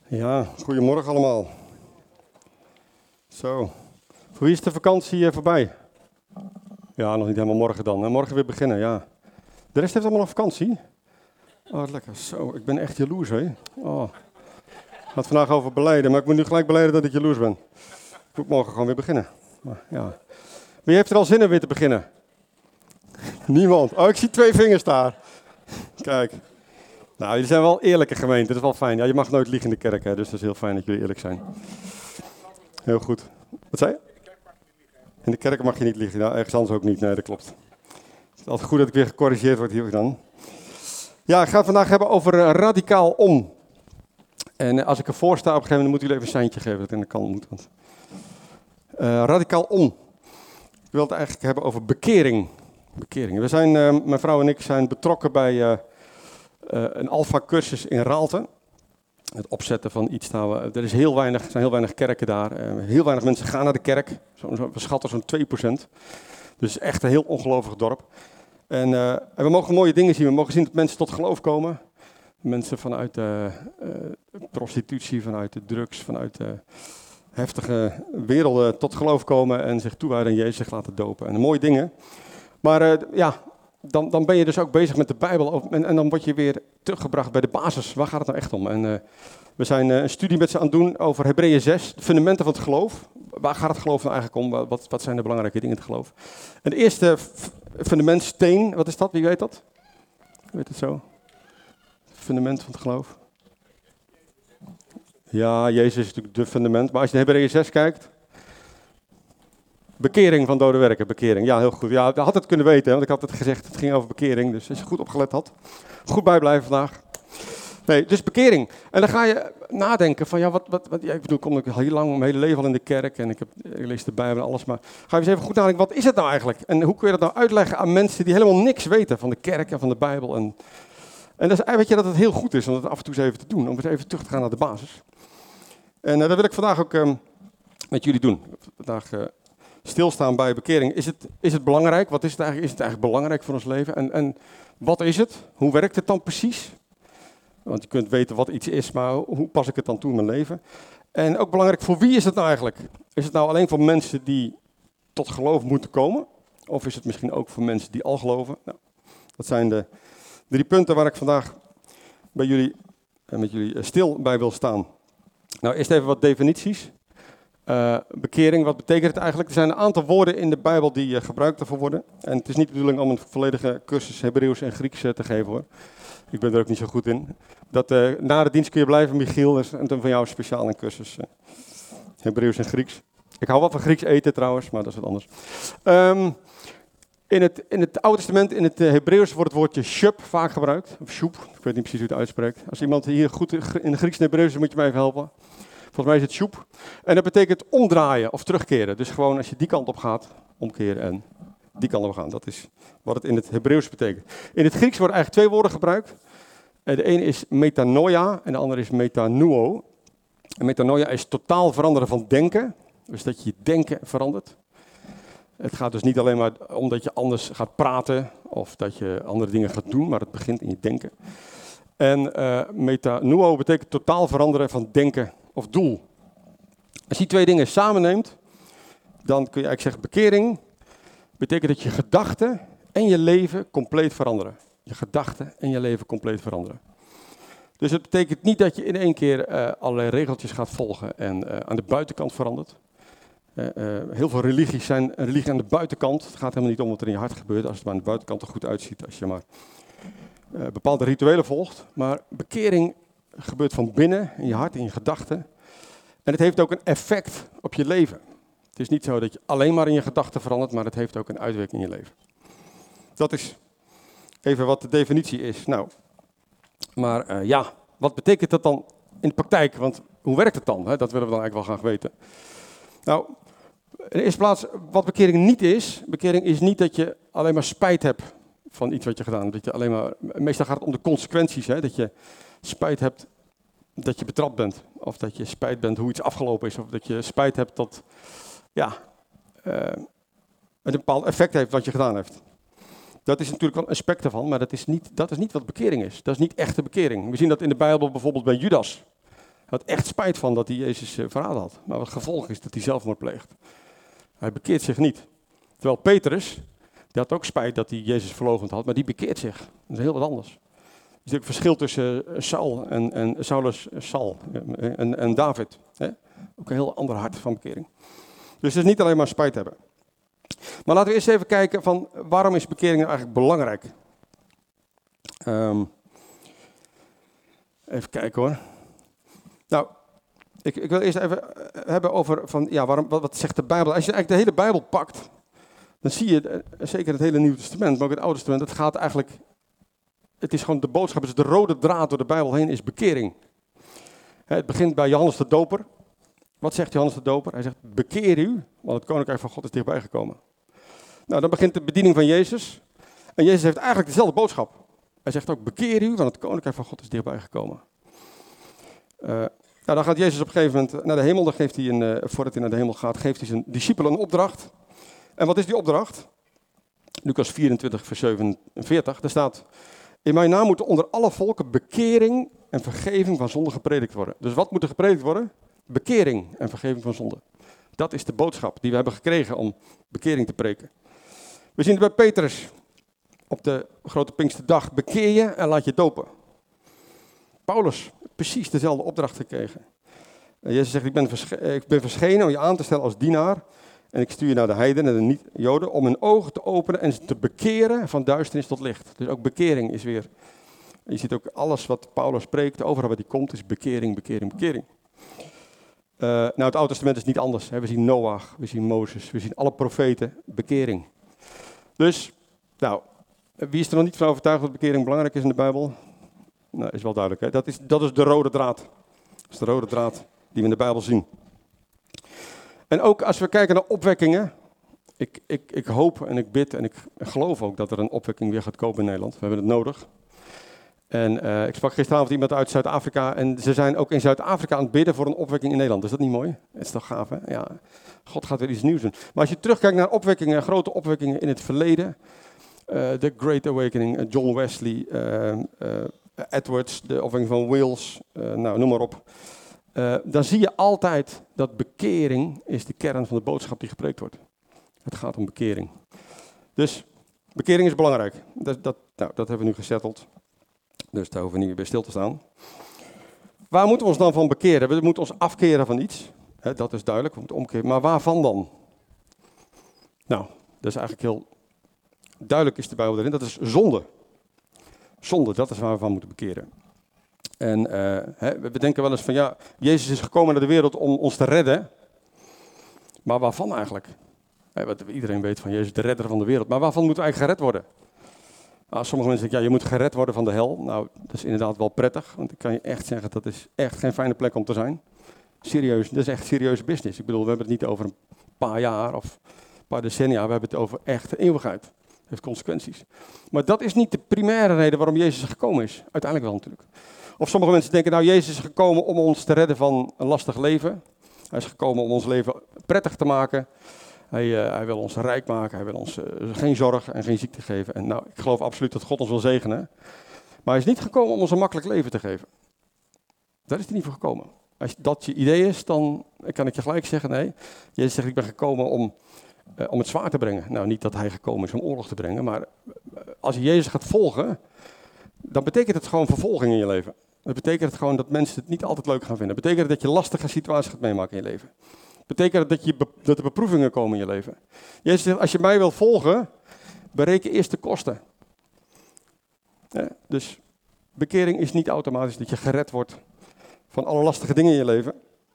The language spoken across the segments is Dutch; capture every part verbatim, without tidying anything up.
Ja, goedemorgen allemaal. Zo, voor wie is de vakantie uh, voorbij? Ja, nog niet helemaal morgen dan. Hè? Morgen weer beginnen, ja. De rest heeft allemaal nog vakantie. Oh, wat lekker. Zo, ik ben echt jaloers, hè. Oh. Ik ga het vandaag over belijden, maar ik moet nu gelijk belijden dat ik jaloers ben. Ik moet morgen gewoon weer beginnen. Maar, ja. Wie heeft er al zin in weer te beginnen? Niemand. Oh, ik zie twee vingers daar. Kijk. Nou, jullie zijn wel eerlijke gemeente, dat is wel fijn. Ja, je mag nooit liegen in de kerk, hè, dus dat is heel fijn dat jullie eerlijk zijn. Heel goed. Wat zei je? In de kerk mag je niet liegen, nou, ergens anders ook niet. Nee, dat klopt. Het is altijd goed dat ik weer gecorrigeerd word hier dan. Ja, ik ga het vandaag hebben over uh, radicaal om. En uh, als ik ervoor sta op een gegeven moment, moeten jullie even een seintje geven dat het in de kant moet. Want, uh, radicaal om. Ik wil het eigenlijk hebben over bekering. bekering. We zijn, uh, mijn vrouw en ik zijn betrokken bij uh, uh, een alpha-cursus in Raalte. Het opzetten van iets. Nou, er is heel weinig, er zijn heel weinig kerken daar. Uh, heel weinig mensen gaan naar de kerk. Zo, zo, we schatten zo'n twee procent. Dus echt een heel ongelovig dorp. En, uh, en we mogen mooie dingen zien. We mogen zien dat mensen tot geloof komen. Mensen vanuit de uh, prostitutie, vanuit de drugs, vanuit de heftige werelden tot geloof komen en zich toewijden aan Jezus, zich laten dopen. En mooie dingen. Maar uh, ja, dan, dan ben je dus ook bezig met de Bijbel en, en dan word je weer teruggebracht bij de basis. Waar gaat het nou echt om? En uh, we zijn uh, een studie met ze aan het doen over Hebreeën zes, de fundamenten van het geloof. Waar gaat het geloof nou eigenlijk om? Wat, wat zijn de belangrijke dingen in het geloof? En de eerste fundamentsteen, wat is dat? Wie weet dat? Weet het zo? Fundament van het geloof. Ja, Jezus is natuurlijk de fundament. Maar als je naar Hebreeën zes kijkt. Bekering van dode werken, bekering. Ja, heel goed. Ja, dat had het kunnen weten, want ik had het gezegd. Het ging over bekering. Dus als je goed opgelet had. Goed bijblijven vandaag. Nee, dus bekering. En dan ga je nadenken van, ja, wat, wat, wat ja, ik bedoel, ik kom heel lang, mijn hele leven al in de kerk. En ik, heb, ik lees de Bijbel en alles. Maar ga je eens even goed nadenken, wat is het nou eigenlijk? En hoe kun je dat nou uitleggen aan mensen die helemaal niks weten van de kerk en van de Bijbel? En, en dat is, weet je dat het heel goed is om dat af en toe eens even te doen. Om eens even terug te gaan naar de basis. En uh, dat wil ik vandaag ook um, met jullie doen. Vandaag uh, stilstaan bij bekering. Is het, is het belangrijk? Wat is het eigenlijk? Is het eigenlijk belangrijk voor ons leven? En, en wat is het? Hoe werkt het dan precies? Want je kunt weten wat iets is, maar hoe pas ik het dan toe in mijn leven? En ook belangrijk, voor wie is het nou eigenlijk? Is het nou alleen voor mensen die tot geloof moeten komen? Of is het misschien ook voor mensen die al geloven? Nou, dat zijn de drie punten waar ik vandaag bij jullie, met jullie stil bij wil staan. Nou, eerst even wat definities. Uh, bekering, wat betekent het eigenlijk? Er zijn een aantal woorden in de Bijbel die uh, gebruikt ervoor worden. En het is niet de bedoeling om een volledige cursus Hebreeuws en Grieks uh, te geven, hoor. Ik ben er ook niet zo goed in. Dat, uh, na de dienst kun je blijven, Michiel, is en van jou speciaal een cursus uh, Hebreeuws en Grieks. Ik hou wel van Grieks eten trouwens, maar dat is wat anders. Um, in, het, in het Oude Testament, in het uh, Hebreeuws, wordt het woordje shub vaak gebruikt. Of shoep, ik weet niet precies hoe het uitspreekt. Als iemand hier goed in de Grieks en Hebreeuws is, moet je mij even helpen. Volgens mij is het shoep. En dat betekent omdraaien of terugkeren. Dus gewoon als je die kant op gaat, omkeren en die kant op gaan. Dat is wat het in het Hebreeuws betekent. In het Grieks worden eigenlijk twee woorden gebruikt. De ene is metanoia en de andere is metanouo. En metanoia is totaal veranderen van denken. Dus dat je je denken verandert. Het gaat dus niet alleen maar om dat je anders gaat praten of dat je andere dingen gaat doen, maar het begint in je denken. En uh, metanouo betekent totaal veranderen van denken of doel. Als je die twee dingen samenneemt, dan kun je eigenlijk zeggen, bekering betekent dat je gedachten en je leven compleet veranderen. Je gedachten en je leven compleet veranderen. Dus het betekent niet dat je in één keer uh, allerlei regeltjes gaat volgen en uh, aan de buitenkant verandert. Uh, uh, heel veel religies zijn een religie aan de buitenkant. Het gaat helemaal niet om wat er in je hart gebeurt, als het maar aan de buitenkant er goed uitziet, als je maar uh, bepaalde rituelen volgt. Maar bekering gebeurt van binnen, in je hart, in je gedachten. En het heeft ook een effect op je leven. Het is niet zo dat je alleen maar in je gedachten verandert, maar het heeft ook een uitwerking in je leven. Dat is even wat de definitie is. Nou, maar uh, ja, wat betekent dat dan in de praktijk? Want hoe werkt het dan? Hè? Dat willen we dan eigenlijk wel graag weten. Nou, in de eerste plaats, wat bekering niet is. Bekering is niet dat je alleen maar spijt hebt van iets wat je gedaan hebt. Dat je alleen maar, meestal gaat het om de consequenties. Hè? Dat je spijt hebt dat je betrapt bent. Of dat je spijt bent hoe iets afgelopen is. Of dat je spijt hebt dat ja, uh, het een bepaald effect heeft wat je gedaan hebt. Dat is natuurlijk wel een aspect ervan, maar dat is, niet, dat is niet wat bekering is. Dat is niet echte bekering. We zien dat in de Bijbel bijvoorbeeld bij Judas. had echt spijt van dat hij Jezus uh, verraden had. Maar het gevolg is dat hij zelfmoord pleegt. Hij bekeert zich niet. Terwijl Petrus, die had ook spijt dat hij Jezus verloochend had, maar die bekeert zich. Dat is heel wat anders. Er is ook verschil tussen uh, Saul en, en Saulus, uh, Saul uh, en, en David. Hè? Ook een heel ander hart van bekering. Dus het is niet alleen maar spijt hebben. Maar laten we eerst even kijken van waarom is bekering nou eigenlijk belangrijk? Um, even kijken hoor. Nou, ik, ik wil eerst even hebben over van, ja, waarom, wat, wat zegt de Bijbel? Als je eigenlijk de hele Bijbel pakt, dan zie je, zeker het hele Nieuwe Testament, maar ook het Oude Testament, het gaat eigenlijk, het is gewoon de boodschap, het is de rode draad door de Bijbel heen, is bekering. Het begint bij Johannes de Doper. Wat zegt Johannes de Doper? Hij zegt, bekeer u, want het koninkrijk van God is dichtbij gekomen. Nou, dan begint de bediening van Jezus. En Jezus heeft eigenlijk dezelfde boodschap. Hij zegt ook, bekeer u, want het koninkrijk van God is dichtbij gekomen. Uh, nou, dan gaat Jezus op een gegeven moment naar de hemel. Dan geeft hij, een, uh, voordat hij naar de hemel gaat, geeft hij zijn discipelen een opdracht. En wat is die opdracht? Lucas vierentwintig, vers zevenenveertig. Daar staat, in mijn naam moet onder alle volken bekering en vergeving van zonde gepredikt worden. Dus wat moet er gepredikt worden? Bekering en vergeving van zonde. Dat is de boodschap die we hebben gekregen om bekering te preken. We zien het bij Petrus op de grote Pinksterdag. Bekeer je en laat je dopen. Paulus, precies dezelfde opdracht gekregen. Jezus zegt, ik ben, versche- ik ben verschenen om je aan te stellen als dienaar. En ik stuur je naar de heidenen en de niet-joden om hun ogen te openen en ze te bekeren van duisternis tot licht. Dus ook bekering is weer. Je ziet ook alles wat Paulus spreekt, overal waar hij komt, is bekering, bekering, bekering. Uh, nou, het Oude Testament is niet anders. Hè. We zien Noach, we zien Mozes, we zien alle profeten, bekering. Dus, nou, wie is er nog niet van overtuigd dat bekering belangrijk is in de Bijbel? Nou, is wel duidelijk. Hè. Dat is, dat is de rode draad. Dat is de rode draad die we in de Bijbel zien. En ook als we kijken naar opwekkingen. Ik, ik, ik hoop en ik bid en ik geloof ook dat er een opwekking weer gaat komen in Nederland. We hebben het nodig. En uh, ik sprak gisteravond iemand uit Zuid-Afrika en ze zijn ook in Zuid-Afrika aan het bidden voor een opwekking in Nederland. Is dat niet mooi? Dat is toch gaaf, hè? Ja, God gaat weer iets nieuws doen. Maar als je terugkijkt naar opwekkingen, grote opwekkingen in het verleden. Uh, de Great Awakening, uh, John Wesley, uh, uh, Edwards, de opwekking van Wales, uh, nou noem maar op. Uh, dan zie je altijd dat bekering is de kern van de boodschap die gepreekt wordt. Het gaat om bekering. Dus bekering is belangrijk. Dat, dat, nou, dat hebben we nu gesetteld. Dus daar hoeven we niet meer bij stil te staan. Waar moeten we ons dan van bekeren? We moeten ons afkeren van iets. Hè, dat is duidelijk, we moeten omkeren. Maar waarvan dan? Nou, dat is eigenlijk heel duidelijk is de Bijbel erin. Dat is zonde. Zonde, dat is waar we van moeten bekeren. En uh, hè, we denken wel eens van ja, Jezus is gekomen naar de wereld om ons te redden. Maar waarvan eigenlijk? Hè, wat iedereen weet van Jezus, de redder van de wereld. Maar waarvan moeten we eigenlijk gered worden? Nou, sommige mensen zeggen, ja, je moet gered worden van de hel. Nou, dat is inderdaad wel prettig, want ik kan je echt zeggen, dat is echt geen fijne plek om te zijn. Serieus, dat is echt serieuze business. Ik bedoel, we hebben het niet over een paar jaar of een paar decennia, we hebben het over echt de eeuwigheid. Het heeft consequenties. Maar dat is niet de primaire reden waarom Jezus gekomen is. Uiteindelijk wel natuurlijk. Of sommige mensen denken, nou, Jezus is gekomen om ons te redden van een lastig leven. Hij is gekomen om ons leven prettig te maken. Hij, uh, hij wil ons rijk maken, hij wil ons uh, geen zorg en geen ziekte geven. En nou, ik geloof absoluut dat God ons wil zegenen. Maar hij is niet gekomen om ons een makkelijk leven te geven. Daar is hij niet voor gekomen. Als dat je idee is, dan kan ik je gelijk zeggen, nee. Jezus zegt, ik ben gekomen om, uh, om het zwaar te brengen. Nou, niet dat hij gekomen is om oorlog te brengen, maar uh, als je Jezus gaat volgen, dan betekent het gewoon vervolging in je leven. Dat betekent het gewoon dat mensen het niet altijd leuk gaan vinden. Dat betekent dat je lastige situaties gaat meemaken in je leven. Betekent dat, je be- dat er beproevingen komen in je leven. Jezus zegt, als je mij wilt volgen, bereken eerst de kosten. Ja, dus bekering is niet automatisch dat je gered wordt van alle lastige dingen in je leven.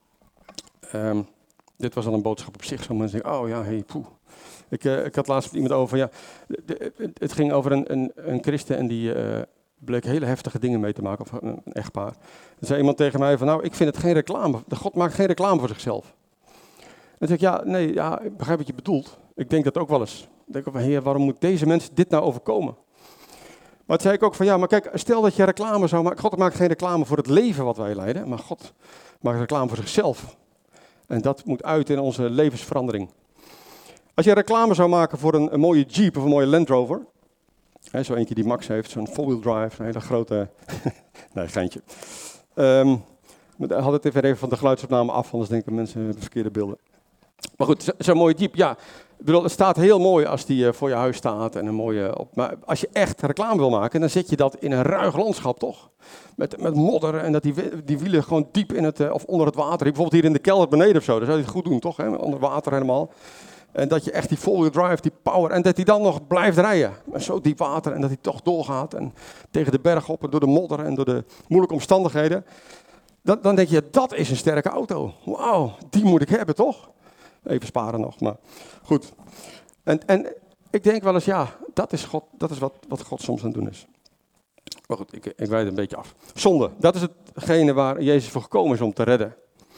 Um, dit was al een boodschap op zich. Sommige mensen denken, oh ja, hey, poeh. Ik, uh, ik had laatst met iemand over, ja, de, de, het ging over een, een, een christen en die uh, bleek hele heftige dingen mee te maken, of een, een echtpaar. Er zei iemand tegen mij van, nou, ik vind het geen reclame. God maakt geen reclame voor zichzelf. Dan zeg ik, ja, nee, ja, ik begrijp wat je bedoelt. Ik denk dat ook wel eens. Ik denk, van, heer, waarom moet deze mensen dit nou overkomen? Maar toen zei ik ook van, ja, maar kijk, stel dat je reclame zou maken. God maakt geen reclame voor het leven wat wij leiden, maar God maakt reclame voor zichzelf. En dat moet uit in onze levensverandering. Als je reclame zou maken voor een, een mooie Jeep of een mooie Land Rover, hè, zo eentje die Max heeft, zo'n four-wheel drive, een hele grote, nee, geintje. Um, We hadden het even van de geluidsopname af, anders denken mensen de verkeerde beelden. Maar goed, zo'n mooie jeep, ja. Ik bedoel, het staat heel mooi als die uh, voor je huis staat. En een mooie op, maar als je echt reclame wil maken, dan zet je dat in een ruig landschap, toch? Met, met modder en dat die, die wielen gewoon diep in het, uh, of onder het water. Bijvoorbeeld hier in de kelder beneden of zo, dan zou je het goed doen, toch? Hè? Onder water helemaal. En dat je echt die four-wheel drive, die power, en dat hij dan nog blijft rijden. Met zo diep water en dat hij toch doorgaat. En tegen de berg op en door de modder en door de moeilijke omstandigheden. Dan, dan denk je, dat is een sterke auto. Wauw, die moet ik hebben, toch? Even sparen nog, maar goed. En, en ik denk wel eens, ja, dat is, God, dat is wat, wat God soms aan het doen is. Maar goed, ik, ik wijd een beetje af. Zonde, dat is hetgene waar Jezus voor gekomen is om te redden.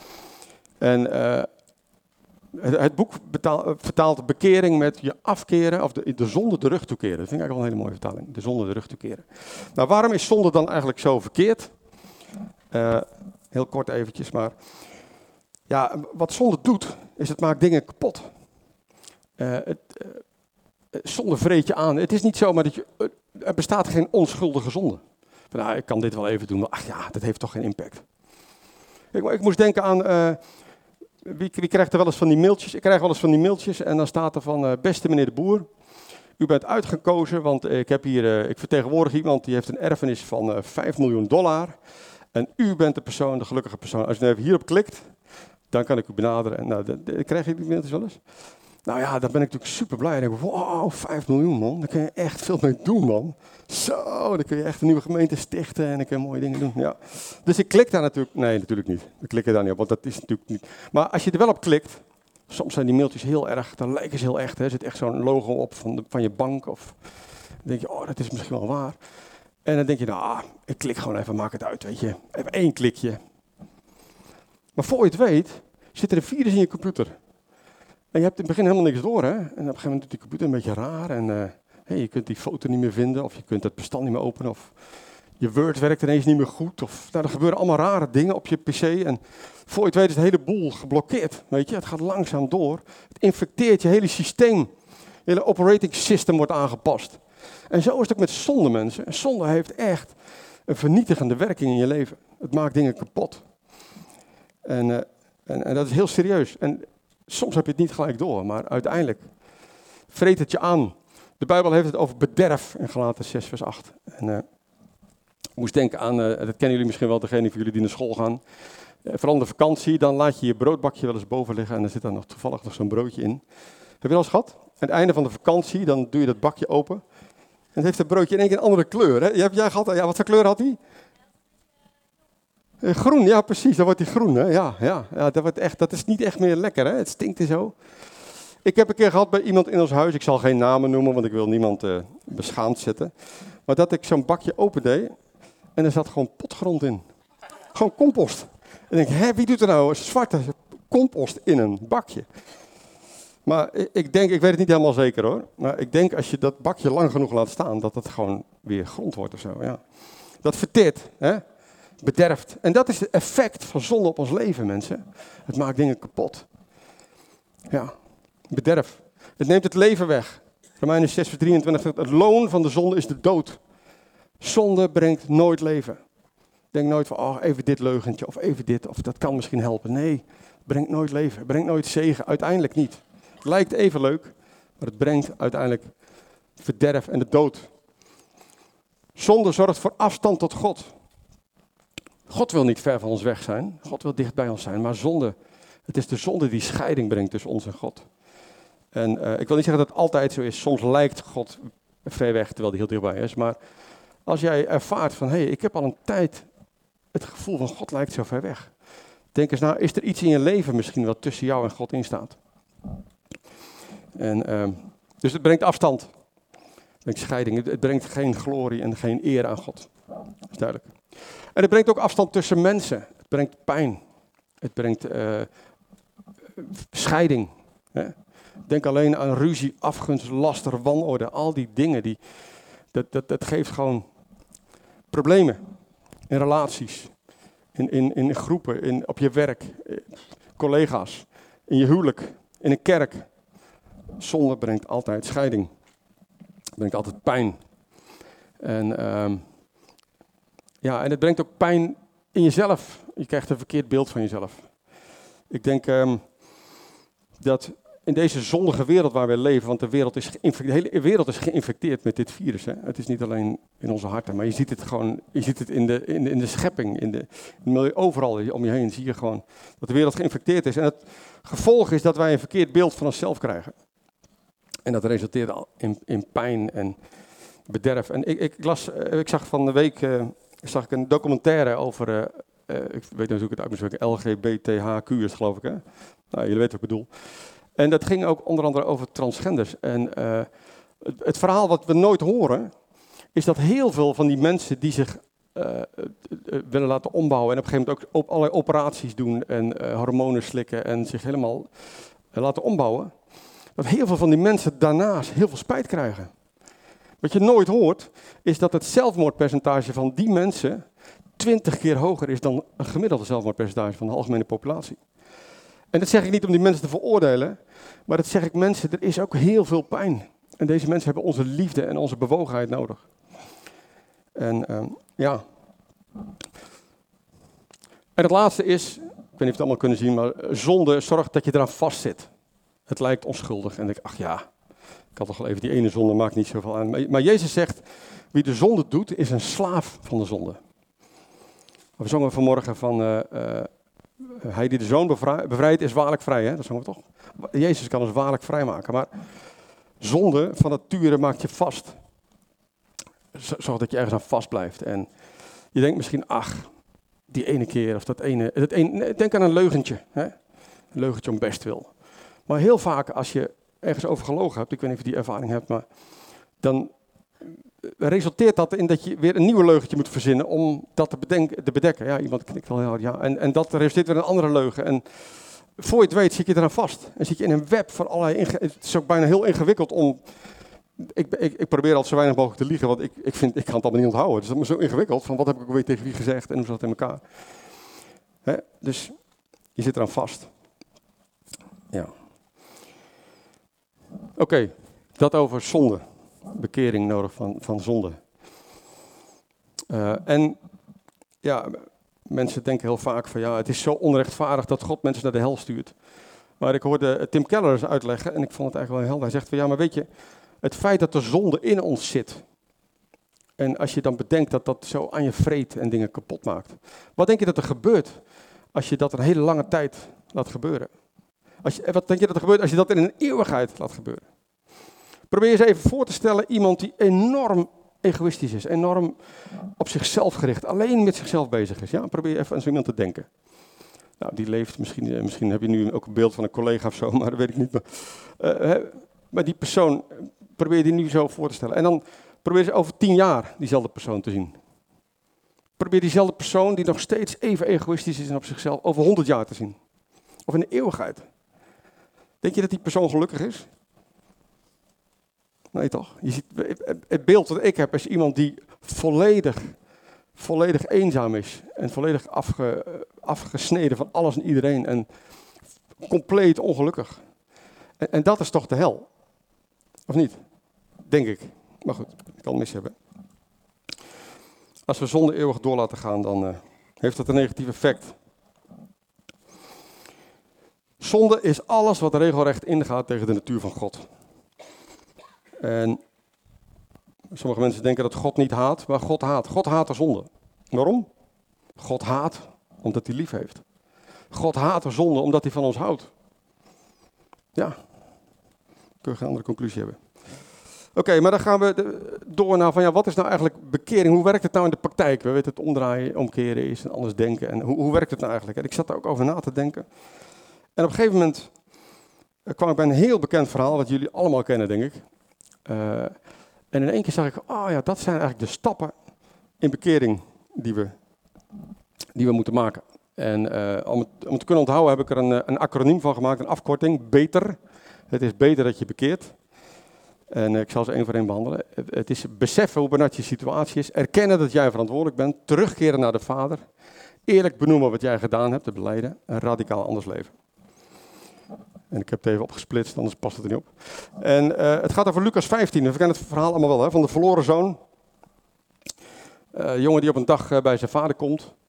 En uh, het, het boek betaal, vertaalt bekering met je afkeren, of de, de zonde de rug toekeren. Dat vind ik eigenlijk wel een hele mooie vertaling, de zonde de rug toekeren. Nou, waarom is zonde dan eigenlijk zo verkeerd? Uh, heel kort eventjes, maar... Ja, wat zonde doet, is het maakt dingen kapot. Uh, het, uh, zonde vreet je aan. Het is niet zo, maar dat je, uh, er bestaat geen onschuldige zonde. Van, nou, ik kan dit wel even doen, maar ach ja, dat heeft toch geen impact. Ik, ik moest denken aan, uh, wie, wie krijgt er wel eens van die mailtjes? Ik krijg wel eens van die mailtjes en dan staat er van, uh, beste meneer de Boer, u bent uitgekozen, want ik heb hier, uh, ik vertegenwoordig iemand die heeft een erfenis van uh, vijf miljoen dollar. En u bent de persoon, de gelukkige persoon. Als u even hierop klikt, dan kan ik u benaderen. En nou, de, de, krijg je die mailtjes wel eens? Nou ja, dan ben ik natuurlijk super blij. En denk ik, wow, vijf miljoen man, daar kun je echt veel mee doen man. Zo, dan kun je echt een nieuwe gemeente stichten en dan kun je mooie dingen doen. Ja. Dus ik klik daar natuurlijk, nee natuurlijk niet. Ik klik er daar niet op, want dat is natuurlijk niet. Maar als je er wel op klikt, soms zijn die mailtjes heel erg, dan lijken ze heel echt. Hè. Er zit echt zo'n logo op van, de, van je bank. Of dan denk je, oh dat is misschien wel waar. En dan denk je, nou, ah, ik klik gewoon even, maak het uit, weet je. Even één klikje. Maar voor je het weet, zit er een virus in je computer. En je hebt in het begin helemaal niks door, hè. En op een gegeven moment doet die computer een beetje raar. En uh, hey, je kunt die foto niet meer vinden, of je kunt het bestand niet meer openen. Of je Word werkt ineens niet meer goed. Of nou, er gebeuren allemaal rare dingen op je pc. En voor je het weet is het hele boel geblokkeerd, weet je. Het gaat langzaam door. Het infecteert je hele systeem. Je hele operating system wordt aangepast. En zo is het ook met zonde, mensen. Zonde heeft echt een vernietigende werking in je leven. Het maakt dingen kapot. En, uh, en, en dat is heel serieus. En soms heb je het niet gelijk door, maar uiteindelijk vreet het je aan. De Bijbel heeft het over bederf in Galaten zes vers acht. En, uh, ik moest denken aan, uh, dat kennen jullie misschien wel, degene van jullie die naar school gaan. Uh, vooral in de vakantie, dan laat je je broodbakje wel eens boven liggen en er zit dan nog toevallig nog zo'n broodje in. Heb je wel eens gehad? Aan het einde van de vakantie, dan doe je dat bakje open. En het heeft het broodje in één keer een andere kleur. Hè? Jij, jij gehad, ja, wat voor kleur had hij? Uh, groen, ja precies, dan wordt hij groen. Hè? Ja, ja, ja dat, wordt echt, dat is niet echt meer lekker, hè? Het stinkt en zo. Ik heb een keer gehad bij iemand in ons huis, ik zal geen namen noemen, want ik wil niemand uh, beschaamd zetten. Maar dat ik zo'n bakje opendeed en er zat gewoon potgrond in. Gewoon compost. En ik denk, hè, wie doet er nou zwarte compost in een bakje? Maar ik denk, ik weet het niet helemaal zeker hoor, maar ik denk als je dat bakje lang genoeg laat staan, dat het gewoon weer grond wordt of zo. Ja. Dat verteert, hè? Bederft. En dat is het effect van zonde op ons leven, mensen. Het maakt dingen kapot. Ja, bederf. Het neemt het leven weg. Romeinen zes vers drieëntwintig, het loon van de zonde is de dood. Zonde brengt nooit leven. Denk nooit van, oh, even dit leugentje of even dit, of dat kan misschien helpen. Nee, het brengt nooit leven, het brengt nooit zegen, uiteindelijk niet. Het lijkt even leuk, maar het brengt uiteindelijk verderf en de dood. Zonde zorgt voor afstand tot God. God wil niet ver van ons weg zijn, God wil dicht bij ons zijn, maar zonde, het is de zonde die scheiding brengt tussen ons en God. En uh, ik wil niet zeggen dat het altijd zo is, soms lijkt God ver weg terwijl hij heel dichtbij is, maar als jij ervaart van, hé, hey, ik heb al een tijd het gevoel van God lijkt zo ver weg. Denk eens nou, is er iets in je leven misschien wat tussen jou en God in staat? En, uh, dus het brengt afstand, het brengt scheiding, het brengt geen glorie en geen eer aan God. Dat is duidelijk. En het brengt ook afstand tussen mensen. Het brengt pijn. Het brengt uh, scheiding. Hè? Denk alleen aan ruzie, afgunst, laster, wanorde. Al die dingen, die, dat, dat, dat geeft gewoon problemen in relaties, in, in, in groepen, in, op je werk, collega's, in je huwelijk, in een kerk. Zonde brengt altijd scheiding. Het brengt altijd pijn. En... Uh, Ja, en het brengt ook pijn in jezelf, je krijgt een verkeerd beeld van jezelf. Ik denk um, dat in deze zondige wereld waar we leven, want de wereld is de hele wereld is geïnfecteerd met dit virus. Hè? Het is niet alleen in onze harten, maar je ziet het gewoon, je ziet het in de, in de, in de schepping, in de, in het milieu, overal om je heen zie je gewoon dat de wereld geïnfecteerd is. En het gevolg is dat wij een verkeerd beeld van onszelf krijgen. En dat resulteert al in, in pijn en bederf. En ik, ik, las, ik zag van de week uh, zag ik een documentaire over, uh, uh, ik weet natuurlijk het uit mijn spreken, L G B T H Q is geloof ik. Hè? Nou, jullie weten wat ik bedoel. En dat ging ook onder andere over transgenders. En uh, het, het verhaal wat we nooit horen, is dat heel veel van die mensen die zich uh, uh, willen laten ombouwen en op een gegeven moment ook op allerlei operaties doen en uh, hormonen slikken en zich helemaal uh, laten ombouwen, dat heel veel van die mensen daarnaast heel veel spijt krijgen. Wat je nooit hoort, is dat het zelfmoordpercentage van die mensen twintig keer hoger is dan een gemiddelde zelfmoordpercentage van de algemene populatie. En dat zeg ik niet om die mensen te veroordelen, maar dat zeg ik mensen, er is ook heel veel pijn. En deze mensen hebben onze liefde en onze bewogenheid nodig. En um, ja. En het laatste is, ik weet niet of je het allemaal kunnen zien, maar zonde zorgt dat je eraan vastzit. Het lijkt onschuldig en ik denk, ach ja, ik had toch wel even die ene zonde, maakt niet zoveel aan. Maar, maar Jezus zegt, wie de zonde doet, is een slaaf van de zonde. We zongen vanmorgen van... Uh, uh, Hij die de zoon bevrijdt is waarlijk vrij, hè? Dat zongen we toch? Jezus kan ons waarlijk vrijmaken, maar zonde van nature maakt je vast. Zorg dat je ergens aan vast blijft. En je denkt misschien, ach, die ene keer of dat ene... Dat ene denk aan een leugentje, hè? Een leugentje om best wil. Maar heel vaak als je ergens over gelogen hebt, ik weet niet of je die ervaring hebt, maar dan resulteert dat in dat je weer een nieuwe leugentje moet verzinnen om dat te, bedenken, te bedekken. Ja, iemand knikt wel heel hard, ja. En, en dat resulteert weer in een andere leugen. En voor je het weet zit je eraan vast. En zit je in een web van allerlei... Inge- het is ook bijna heel ingewikkeld om... Ik, ik, ik probeer altijd zo weinig mogelijk te liegen, want ik, ik, vind, ik kan het allemaal niet onthouden. Dus dat is zo ingewikkeld, van wat heb ik ook weer tegen wie gezegd en hoe zat het in elkaar. Hè? Dus je zit eraan vast. Ja. Oké, okay, dat over zonde. Bekering nodig van, van zonde. Uh, en ja, mensen denken heel vaak van ja, het is zo onrechtvaardig dat God mensen naar de hel stuurt. Maar ik hoorde Tim Keller eens uitleggen en ik vond het eigenlijk wel heel helder. Hij zegt van ja, maar weet je, het feit dat de zonde in ons zit. En als je dan bedenkt dat dat zo aan je vreet en dingen kapot maakt. Wat denk je dat er gebeurt als je dat een hele lange tijd laat gebeuren? Als je, wat denk je dat er gebeurt als je dat in een eeuwigheid laat gebeuren? Probeer je eens even voor te stellen iemand die enorm egoïstisch is, enorm op zichzelf gericht, alleen met zichzelf bezig is. Ja, probeer even aan zo iemand te denken. Nou, die leeft, misschien, misschien heb je nu ook een beeld van een collega of zo, maar dat weet ik niet. Maar, uh, maar die persoon, probeer je die nu zo voor te stellen. En dan probeer je over tien jaar diezelfde persoon te zien. Probeer diezelfde persoon die nog steeds even egoïstisch is en op zichzelf, over honderd jaar te zien. Of in de eeuwigheid. Denk je dat die persoon gelukkig is? Nee toch? Je ziet, het beeld dat ik heb is iemand die volledig, volledig eenzaam is. En volledig afge, afgesneden van alles en iedereen. En compleet ongelukkig. En, en dat is toch de hel? Of niet? Denk ik. Maar goed, ik kan het mis hebben. Als we zonde eeuwig door laten gaan, dan uh, heeft dat een negatief effect. Zonde is alles wat regelrecht ingaat tegen de natuur van God. En sommige mensen denken dat God niet haat, maar God haat. God haat de zonde. Waarom? God haat omdat hij lief heeft. God haat de zonde omdat hij van ons houdt. Ja, kun je geen andere conclusie hebben. Oké, okay, maar dan gaan we door naar van ja, wat is nou eigenlijk bekering? Hoe werkt het nou in de praktijk? We weten het omdraaien, omkeren is en anders denken. En hoe, hoe werkt het nou eigenlijk? En ik zat daar ook over na te denken. En op een gegeven moment kwam ik bij een heel bekend verhaal, wat jullie allemaal kennen, denk ik. Uh, en in één keer zag ik, oh ja, dat zijn eigenlijk de stappen in bekering die we, die we moeten maken. En uh, om, het, om het te kunnen onthouden heb ik er een, een acroniem van gemaakt, een afkorting, BETER. Het is beter dat je bekeert. En uh, ik zal ze één voor één behandelen. Het, het is beseffen hoe benauwd je situatie is, erkennen dat jij verantwoordelijk bent, terugkeren naar de Vader, eerlijk benoemen wat jij gedaan hebt, te belijden, en radicaal anders leven. En ik heb het even opgesplitst, anders past het er niet op. En uh, het gaat over Lucas vijftien. We kennen het verhaal allemaal wel, hè, van de verloren zoon. Uh, jongen die op een dag uh, bij zijn vader komt.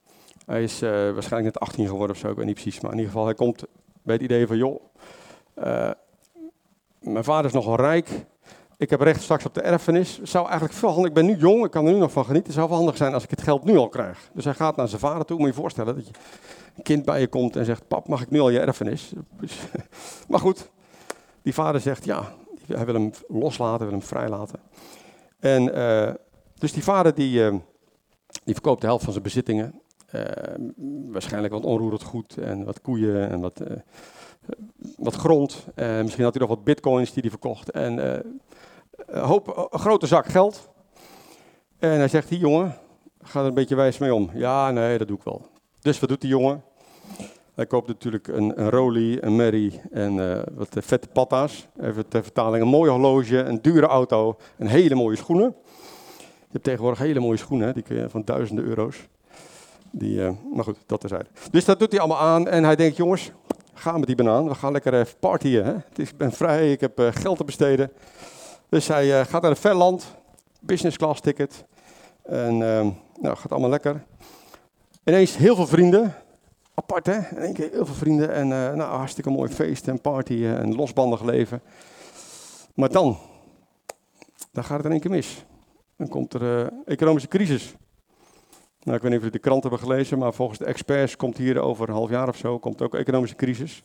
Hij is uh, waarschijnlijk net achttien geworden of zo, ik weet niet precies. Maar in ieder geval, hij komt bij het idee van, joh, uh, mijn vader is nogal rijk. Ik heb recht straks op de erfenis. Het zou eigenlijk veel handig, ik ben nu jong, ik kan er nu nog van genieten. Het zou wel handig zijn als ik het geld nu al krijg. Dus hij gaat naar zijn vader toe. Moet je je voorstellen dat je een kind bij je komt en zegt, pap, mag ik nu al je erfenis? Maar goed, die vader zegt ja, hij wil hem loslaten, wil hem vrijlaten. En uh, dus die vader die, uh, die verkoopt de helft van zijn bezittingen. Uh, waarschijnlijk wat onroerend goed en wat koeien en wat, uh, wat grond. Uh, misschien had hij nog wat bitcoins die hij verkocht. En uh, een, hoop, een grote zak geld. En hij zegt, hier jongen, ga er een beetje wijs mee om. Ja, nee, dat doe ik wel. Dus wat doet die jongen? Hij koopt natuurlijk een, een Rolie, een Merry en uh, wat vette patta's. Even ter vertaling, een mooi horloge, een dure auto en hele mooie schoenen. Je hebt tegenwoordig hele mooie schoenen, hè? Die kun je van duizenden euro's. Die, uh, maar goed, dat terzijde. Dus dat doet hij allemaal aan en hij denkt, jongens, ga met die banaan. We gaan lekker even partyen. Hè? Het is, ik ben vrij, ik heb uh, geld te besteden. Dus hij uh, gaat naar een ver land, business class ticket. En uh, nou, gaat allemaal lekker. Ineens heel veel vrienden. Apart, hè? In één keer heel veel vrienden en uh, nou, hartstikke mooi feest en party en losbandig leven. Maar dan, dan gaat het in één keer mis. Dan komt er uh, economische crisis. Nou, ik weet niet of jullie de krant hebben gelezen, maar volgens de experts komt hier over een half jaar of zo, komt ook economische crisis.